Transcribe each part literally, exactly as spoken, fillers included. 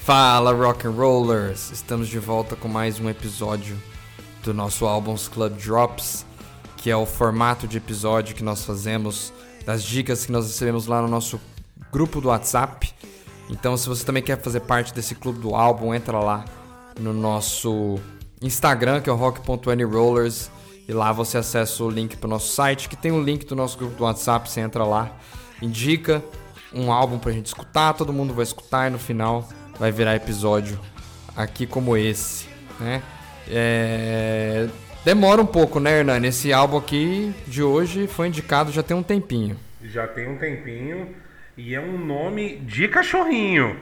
Fala Rock and Rollers, estamos de volta com mais um episódio do nosso Albums Club Drops, que é o formato de episódio que nós fazemos, das dicas que nós recebemos lá no nosso grupo do WhatsApp. Então, se você também quer fazer parte desse clube do álbum, entra lá no nosso Instagram, que é o rock ponto any rollers, e lá você acessa o link para o nosso site, que tem o link do nosso grupo do WhatsApp. Você entra lá, indica um álbum pra gente escutar, todo mundo vai escutar e no final vai virar episódio aqui como esse, né? É... Demora um pouco, né, Hernani? Esse álbum aqui de hoje foi indicado já tem um tempinho. Já tem um tempinho e é um nome de cachorrinho.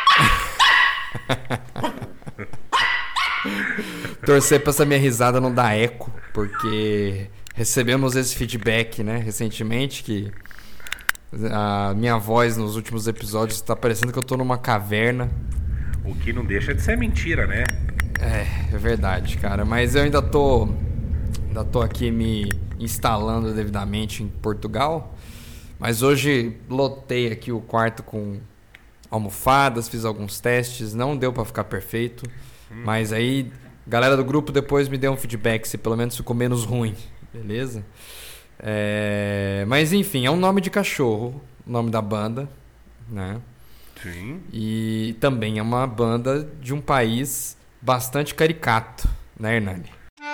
Torcer pra essa minha risada não dar eco, porque recebemos esse feedback, né, recentemente, que a minha voz nos últimos episódios tá parecendo que eu tô numa caverna. O que não deixa de ser mentira, né? É, é verdade, cara. Mas eu ainda tô ainda tô aqui me instalando devidamente em Portugal. Mas hoje lotei aqui o quarto com almofadas, fiz alguns testes, não deu pra ficar perfeito. Hum. Mas aí, galera do grupo depois me deu um feedback se pelo menos ficou menos ruim, beleza? É, mas enfim, é um nome de cachorro, o nome da banda, né? Sim. E também é uma banda de um país bastante caricato, né, Hernani?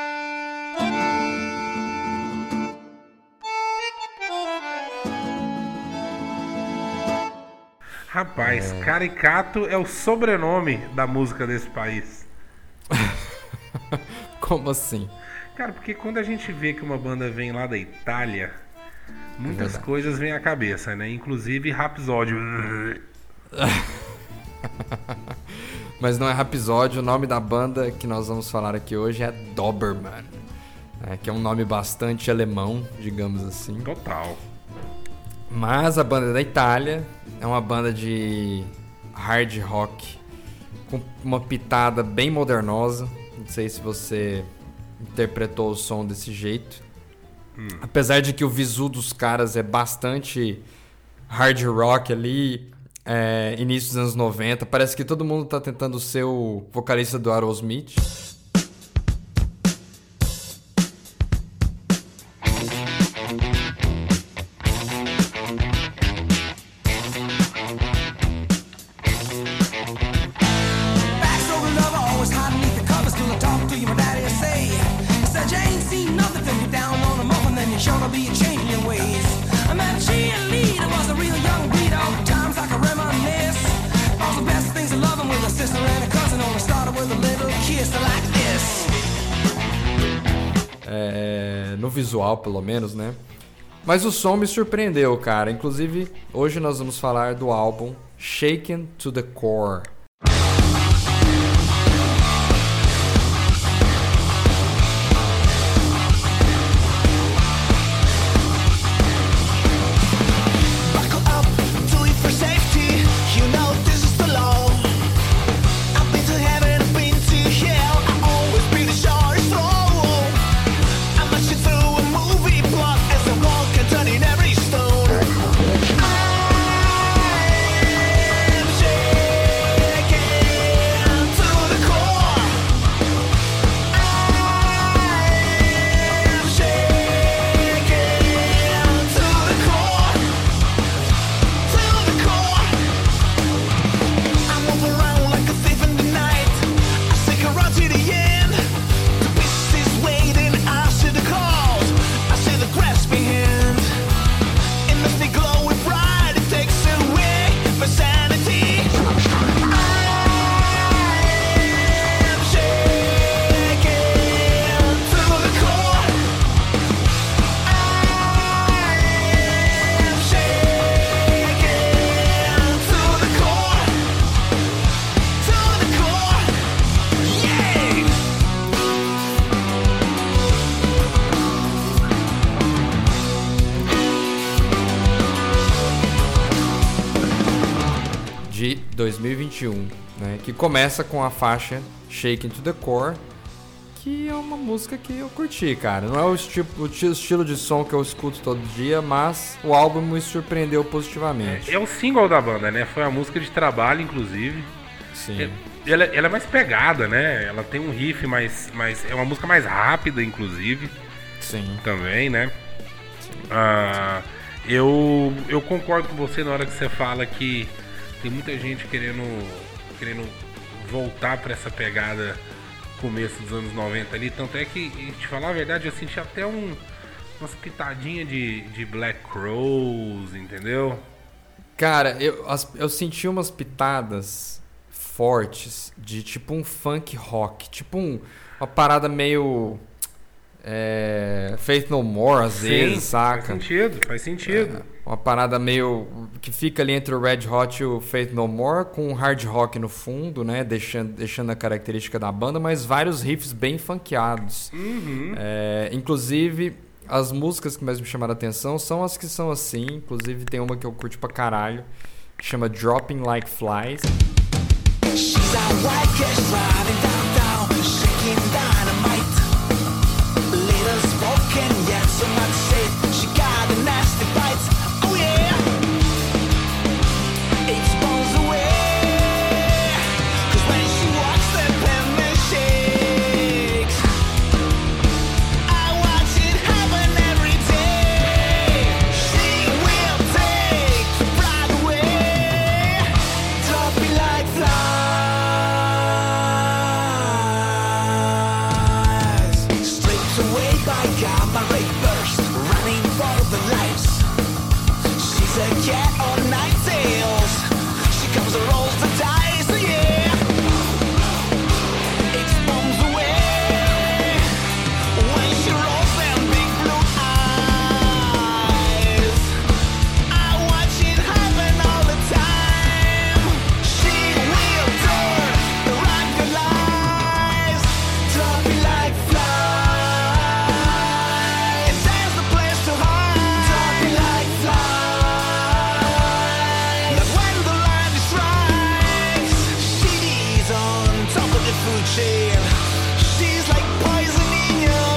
Rapaz, é... caricato é o sobrenome da música desse país. Como assim? Cara, porque quando a gente vê que uma banda vem lá da Itália, muitas é coisas vêm à cabeça, né? Inclusive Rhapsody. Mas não é Rhapsody, o nome da banda que nós vamos falar aqui hoje é Doberman, né? Que é um nome bastante alemão, digamos assim. Total. Mas a banda é da Itália, é uma banda de hard rock com uma pitada bem modernosa. Não sei se você interpretou o som desse jeito. Hum. Apesar de que o visu dos caras é bastante hard rock ali, é, início dos anos noventa. Parece que todo mundo tá tentando ser o vocalista do Aerosmith. É, no visual, pelo menos, né? Mas o som me surpreendeu, cara. Inclusive, hoje nós vamos falar do álbum Shaken to the Core. De dois mil e vinte e um, né? Que começa com a faixa Shaken to the Core, que é uma música que eu curti, cara. Não é o, tipo, o estilo de som que eu escuto todo dia, mas o álbum me surpreendeu positivamente. É, é o single da banda, né? Foi a música de trabalho, inclusive. Sim. Ela, ela é mais pegada, né? Ela tem um riff mais, mais... É uma música mais rápida, inclusive. Sim. Também, né? Sim. Ah, eu, eu concordo com você na hora que você fala que tem muita gente querendo, querendo voltar pra essa pegada começo dos anos noventa ali. Tanto é que, te falar a verdade, eu senti até um, umas pitadinhas de, de Black Crowes, entendeu? Cara, eu, as, eu senti umas pitadas fortes de tipo um funk rock. Tipo um, uma parada meio... É, Faith No More, às Sim, vezes, saca? Faz sentido, faz sentido. É, uma parada meio... que fica ali entre o Red Hot e o Faith No More, com um hard rock no fundo, né? Deixando, deixando a característica da banda, mas vários riffs bem funkeados. Uhum. É, inclusive, as músicas que mais me chamaram a atenção são as que são assim. Inclusive, tem uma que eu curto pra caralho, que chama Dropping Like Flies. She's a white cash riding downtown, shaking dynamite. Little spoken, yet so much said. She got a nasty bite. Oh yeah, it's bones away. Cause when she walks, the pavement shakes. I watch it happen every day. She will take the pride away. Drop me like flies. By gamma ray burst, running for the lights. She's a cat on nine tails. She comes and rolls the dice, yeah. It bombs away when she rolls them big blue eyes. I watch it happen all the time. She will turn the rocket lies. Drop me like flies. She's like poison in your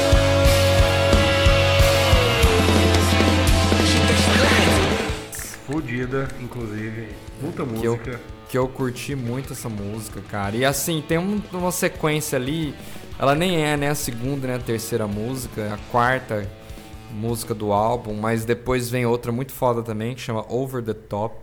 veins. She takes the light. Fudida, inclusive. Muita música. Que eu, que eu curti muito essa música, cara. E assim, tem um, uma sequência ali. Ela nem é, né, a segunda, né, a terceira música, a quarta música do álbum, mas depois vem outra muito foda também, que chama Over the Top.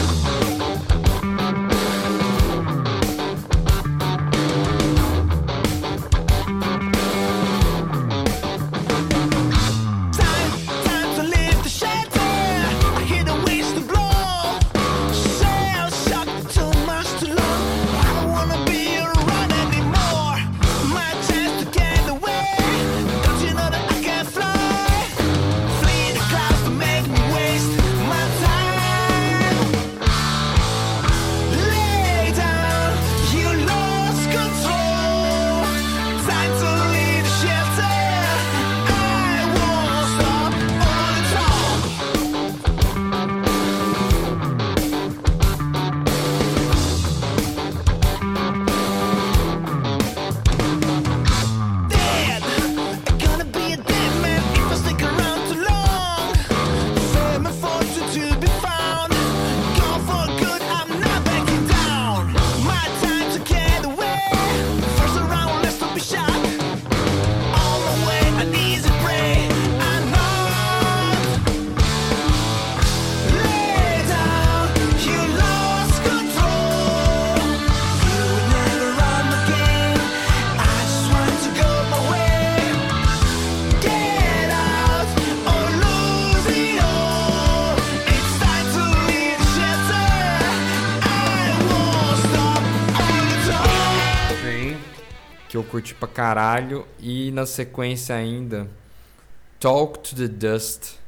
Que eu curti pra caralho. E na sequência ainda Talk to the Dust.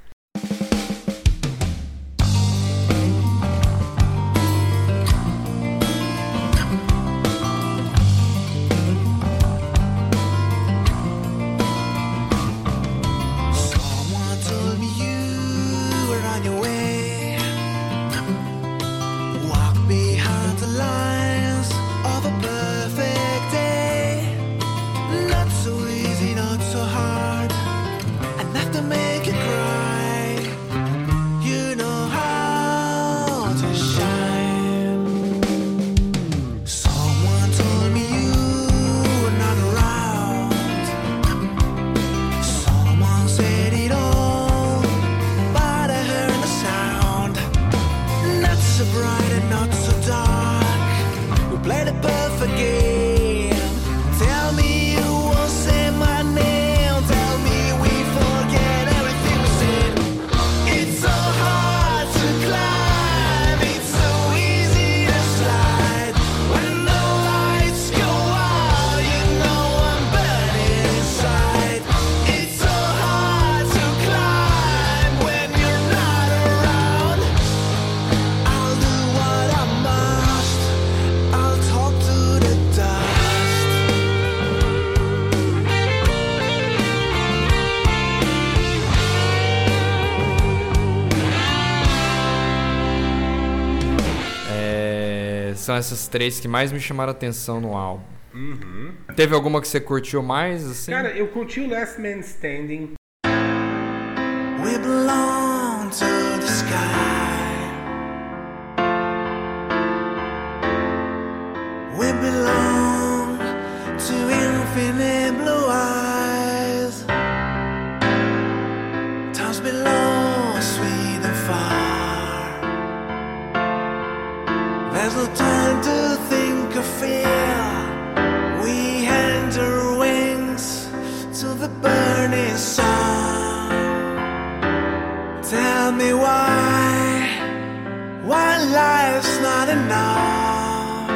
Not so easy, not so hard. Enough to make you cry. são essas três que mais me chamaram a atenção no álbum. Uhum. Teve alguma que você curtiu mais, assim? Cara, eu curti o Last Man Standing. We belong to the sky. We belong to infinite blue eyes. Times below, sweet and far. There's no time to think or fear. We hand our wings to the burning sun. Tell me why, why life's not enough.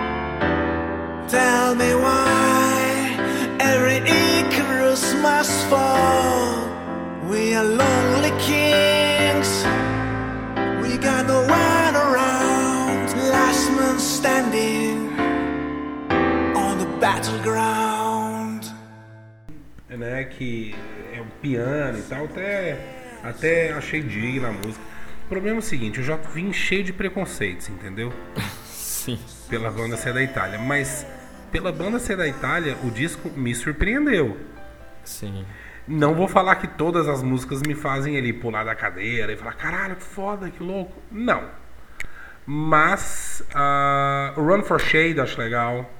Tell me why every Icarus must fall. We are lonely kings, we got no one around. Last man standing on the battleground. Né, que é o piano e tal, até, até achei digna a música. O problema é o seguinte, eu já vim cheio de preconceitos, entendeu? Sim. Pela banda ser da Itália, mas pela banda ser da Itália, o disco me surpreendeu. Sim. Não vou falar que todas as músicas me fazem ele pular da cadeira e falar, caralho, que foda, que louco. Não. Mas uh, Run for Shade acho legal.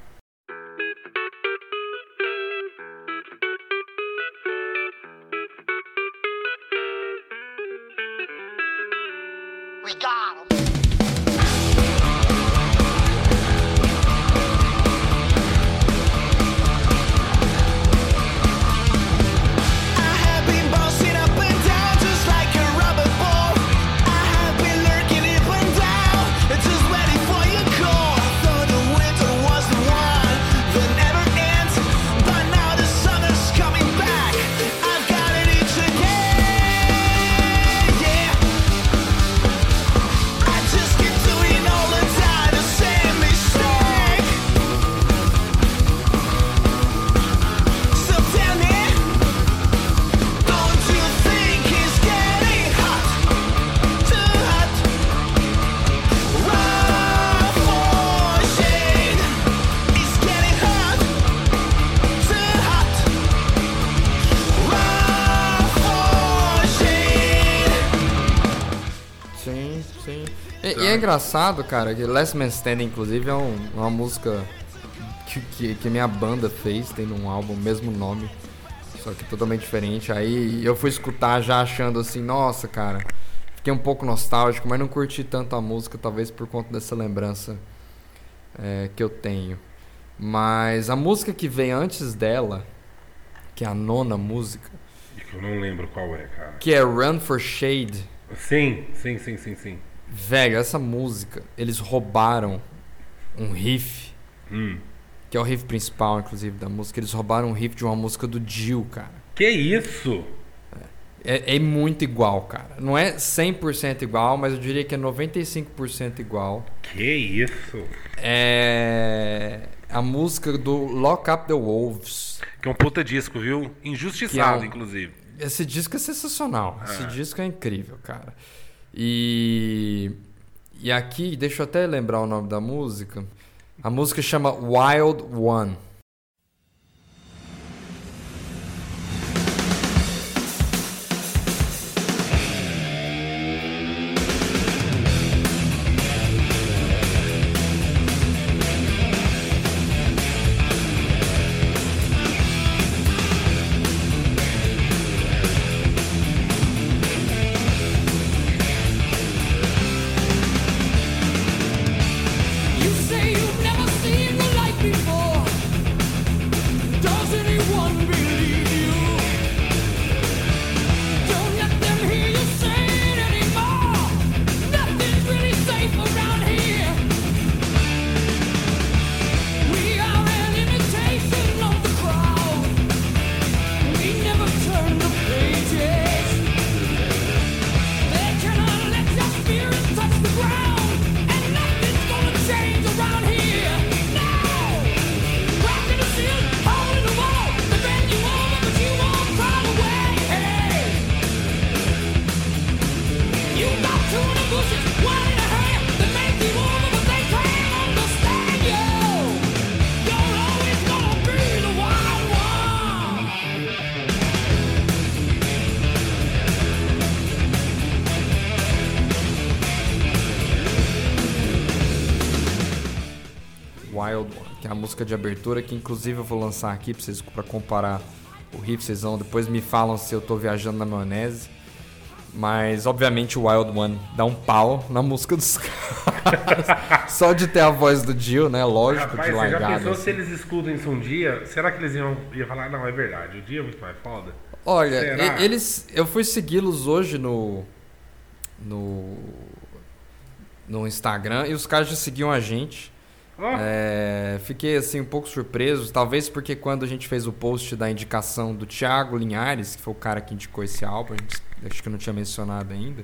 We got 'em. I have been bouncing up and down just like a rubber ball. I have been lurking up and down, just ready for your call. I thought the winter was the one that never ends, but now the summer's coming back. I've got it each again, yeah. I just keep doing all the time the same mistake. So tell me, don't you think it's getting hot? Too hot. Run for shade. It's getting hot. Too hot. Run for shade. Sim, sim. E, e é engraçado, cara, que Last Man Standing, inclusive, é um- uma música que, que, que minha banda fez, tem num álbum, mesmo nome, só que totalmente diferente. Aí eu fui escutar já achando assim, nossa, cara, fiquei um pouco nostálgico, mas não curti tanto a música, talvez por conta dessa lembrança é, que eu tenho. Mas a música que vem antes dela, que é a nona música, Que eu não lembro qual é, cara. que é Run for Shade. Sim, sim, sim, sim, sim. Velho, essa música, eles roubaram um riff, Hum. que é o riff principal, inclusive, da música. Eles roubaram um riff de uma música do Dio, cara. Que isso? É, é muito igual, cara. Não é cem por cento igual, mas eu diria que é noventa e cinco por cento igual. Que isso? É a música do Lock Up the Wolves. Que é um puta disco, viu? Injustiçado, Que é um- inclusive. Esse disco é sensacional. Esse disco é incrível, cara. E, e aqui, deixa eu até lembrar o nome da música. A música chama Wild One. You say you've never seen the light before. Wild One, que é a música de abertura, que inclusive eu vou lançar aqui pra vocês pra comparar o riff, vocês vão depois me falam se eu tô viajando na maionese. Mas obviamente o Wild One dá um pau na música dos caras. Só de ter a voz do Dio, né? Lógico, Rapaz, de você já largada. pensou assim. se eles escutam isso um dia? Será que eles iam, iam falar, não, é verdade, o Dio é muito mais foda? Olha, Será? e- eles, eu fui segui-los hoje no, no no Instagram e os caras já seguiam a gente. Ó, É, fiquei assim um pouco surpreso, talvez porque quando a gente fez o post da indicação do Thiago Linhares, que foi o cara que indicou esse álbum, a gente, acho que eu não tinha mencionado ainda.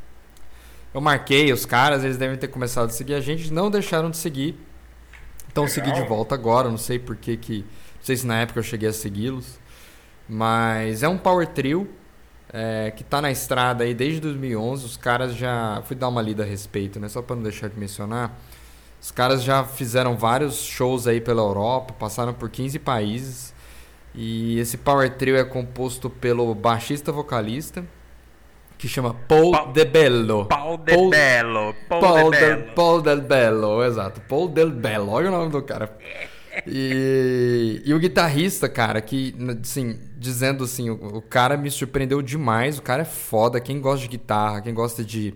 Eu marquei os caras, eles devem ter começado a seguir a gente, não deixaram de seguir. Então Legal. segui de volta agora, não sei por que que, não sei se na época eu cheguei a segui-los, mas é um power trio é, que tá na estrada aí desde dois mil e onze. Os caras já, fui dar uma lida a respeito, né, só para não deixar de mencionar. Os caras já fizeram vários shows aí pela Europa, passaram por quinze países. E esse power trio é composto pelo baixista vocalista, que chama Paul Paul- De Bello. Paul De Paul- Bello, Paul, Paul, De Del, Bello. Paul Del Bello, exato. Paul Del Bello, olha o nome do cara. E, e o guitarrista, cara, que, assim, dizendo assim, o, o cara me surpreendeu demais. O cara é foda. Quem gosta de guitarra, quem gosta de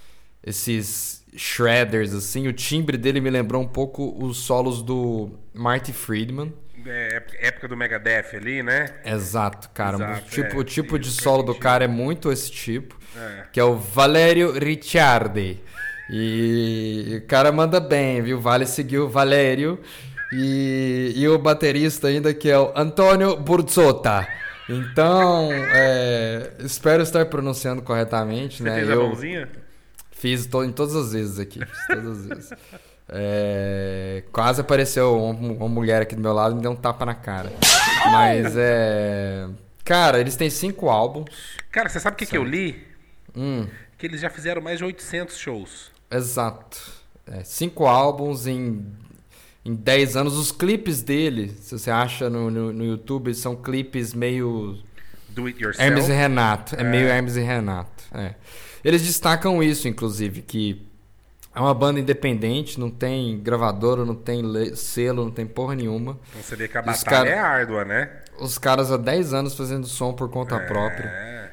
esses shredders, assim, o timbre dele me lembrou um pouco os solos do Marty Friedman. É, época do Megadeth ali, né? Exato, cara. Exato, o tipo, é, o tipo sim, de faz solo do sentido. cara é muito esse tipo, É. que é o Valerio Ricciardi. E o cara manda bem, viu? Vale seguir o Valério. E, e o baterista ainda, que é o Antônio Burzotta. Então, é, espero estar pronunciando corretamente, Você né? fez a Eu mãozinha? fiz to, em todas as vezes aqui. Fiz todas as vezes. É, quase apareceu uma, uma mulher aqui do meu lado e me deu um tapa na cara. Mas é. Cara, eles têm cinco álbuns. Cara, você sabe o que, que eu li? Hum, Que eles já fizeram mais de oitocentos shows. exato. É, cinco álbuns em, em dez anos. Os clipes dele, se você acha no, no, no YouTube, são clipes meio Do It Yourself. Hermes e Renato. É, É. meio Hermes e Renato. É. Eles destacam isso, inclusive, que é uma banda independente, não tem gravadora, não tem le- selo, não tem porra nenhuma. Então você vê que a Os batalha cara- é árdua, né? Os caras há dez anos fazendo som por conta própria. É.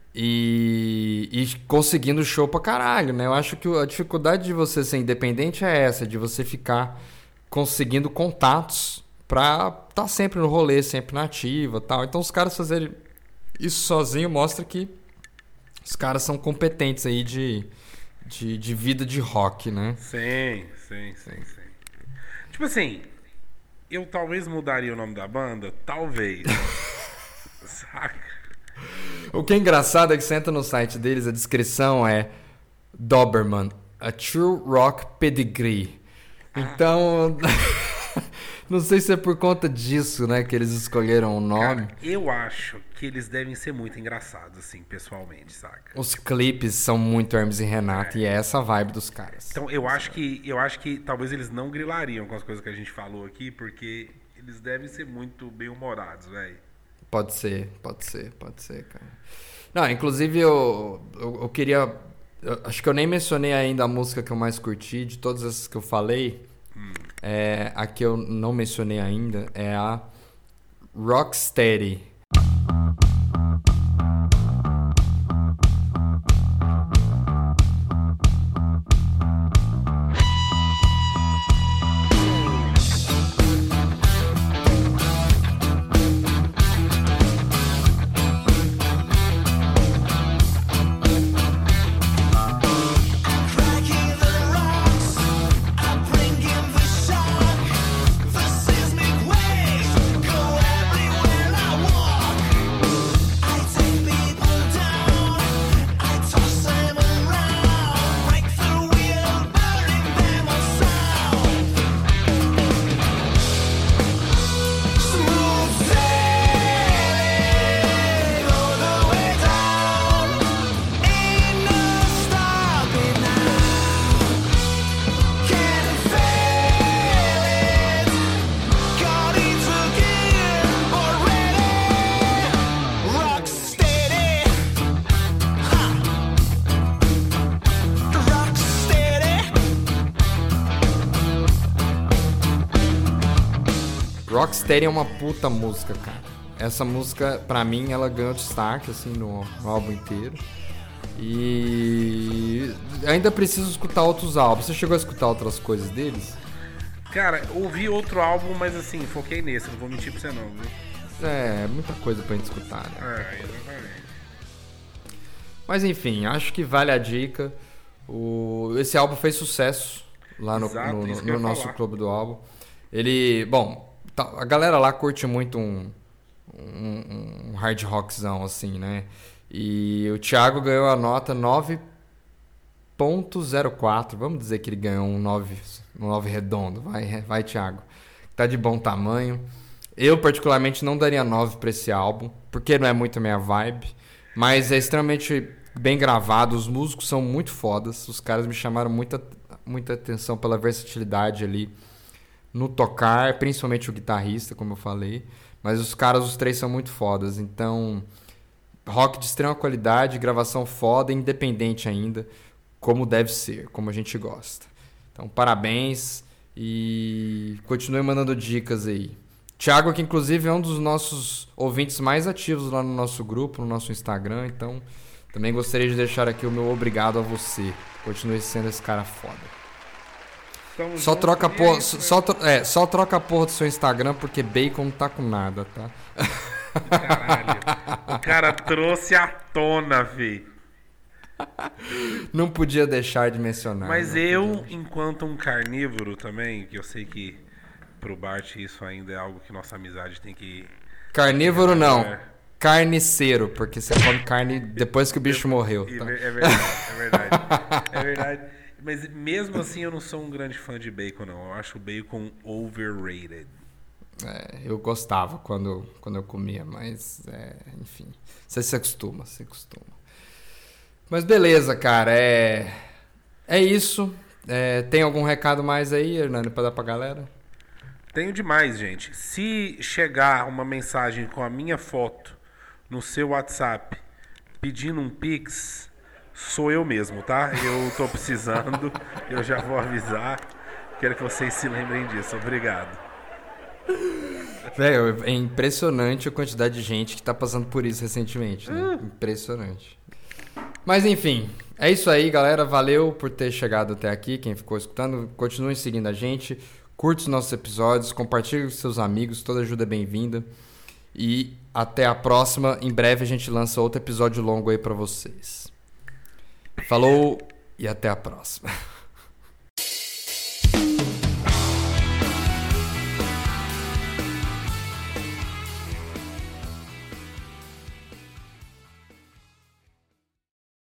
E, e conseguindo show pra caralho, né? Eu acho que a dificuldade de você ser independente é essa, de você ficar conseguindo contatos pra tá sempre no rolê, sempre na ativa e tal. Então os caras fazerem isso sozinho mostra que os caras são competentes aí de, de, de vida de rock, né? Sim, sim, sim, sim. Tipo assim, eu talvez mudaria o nome da banda, talvez. Saca? O que é engraçado é que você entra no site deles, a descrição é Doberman, a true rock pedigree. Então, não sei se é por conta disso, né, que eles escolheram o nome. Cara, eu acho que eles devem ser muito engraçados, assim, pessoalmente, saca? Os clipes são muito Hermes e Renato, e é essa a vibe dos caras. Então eu acho que eu acho que talvez eles não grilariam com as coisas que a gente falou aqui, porque eles devem ser muito bem-humorados, velho. Pode ser, pode ser, pode ser, cara. Não, inclusive eu, eu, eu queria... eu acho que eu nem mencionei ainda a música que eu mais curti, de todas essas que eu falei. Hum. É, a que eu não mencionei ainda é a Rocksteady. Cracking the rocks, I'm bringing the shock. The seismic waves go everywhere I walk. Rocksteady é uma puta música, cara. Essa música, pra mim, ela ganhou destaque, assim, no, no álbum inteiro. E ainda preciso escutar outros álbuns. Você chegou a escutar outras coisas deles? Cara, ouvi outro álbum, mas assim, foquei nesse, não vou mentir pra você não, viu? É, muita coisa pra gente escutar, né? É, exatamente. Mas enfim, acho que vale a dica. O... Esse álbum fez sucesso lá no, Exato, no, isso que no eu ia nosso falar. clube do álbum. Ele, bom, tá- a galera lá curte muito um, um, um hard rockzão, assim, né? E o Thiago ganhou a nota nove ponto zero quatro. Vamos dizer que ele ganhou um nove, um nove redondo. Vai, vai, Thiago. Tá de bom tamanho. Eu, particularmente, não daria nove pra esse álbum, porque não é muito a minha vibe. Mas é extremamente bem gravado. Os músicos são muito fodas. Os caras me chamaram muita, muita atenção pela versatilidade ali no tocar, principalmente o guitarrista, como eu falei. Mas os caras, os três, são muito fodas. Então, rock de extrema qualidade, gravação foda, independente ainda, como deve ser, como a gente gosta. Então, parabéns e continue mandando dicas aí. Thiago, que inclusive é um dos nossos ouvintes mais ativos lá no nosso grupo, no nosso Instagram, então também gostaria de deixar aqui o meu obrigado a você. Continue sendo esse cara foda. Tamo Só junto, troca, a e é porra, isso, só, tro- é, só troca a porra do seu Instagram porque bacon não tá com nada, tá? Caralho. O cara trouxe à tona, vi. Não podia deixar de mencionar. Mas não eu, podia. enquanto um carnívoro também, que eu sei que pro Bart isso ainda é algo que nossa amizade tem que... Carnívoro não. É. Carniceiro, porque você come carne depois que o bicho morreu. E Tá? ver- É verdade, é verdade. É verdade. Mas mesmo assim eu não sou um grande fã de bacon, não. Eu acho o bacon overrated. É, eu gostava quando, quando eu comia, mas é, enfim. Você se acostuma, se acostuma. Mas beleza, cara. É, é isso. É, tem algum recado mais aí, Hernani, pra dar pra galera? Tenho demais, gente. Se chegar uma mensagem com a minha foto no seu WhatsApp pedindo um Pix, sou eu mesmo, tá? Eu tô precisando, eu já vou avisar. Quero que vocês se lembrem disso. Obrigado. Velho, é impressionante a quantidade de gente que tá passando por isso recentemente, né? Impressionante. Mas enfim, é isso aí, galera. Valeu por ter chegado até aqui. Quem ficou escutando, continue seguindo a gente. Curte os nossos episódios, compartilhe com seus amigos. Toda ajuda é bem-vinda. E até a próxima. Em breve a gente lança outro episódio longo aí pra vocês. Falou e até a próxima.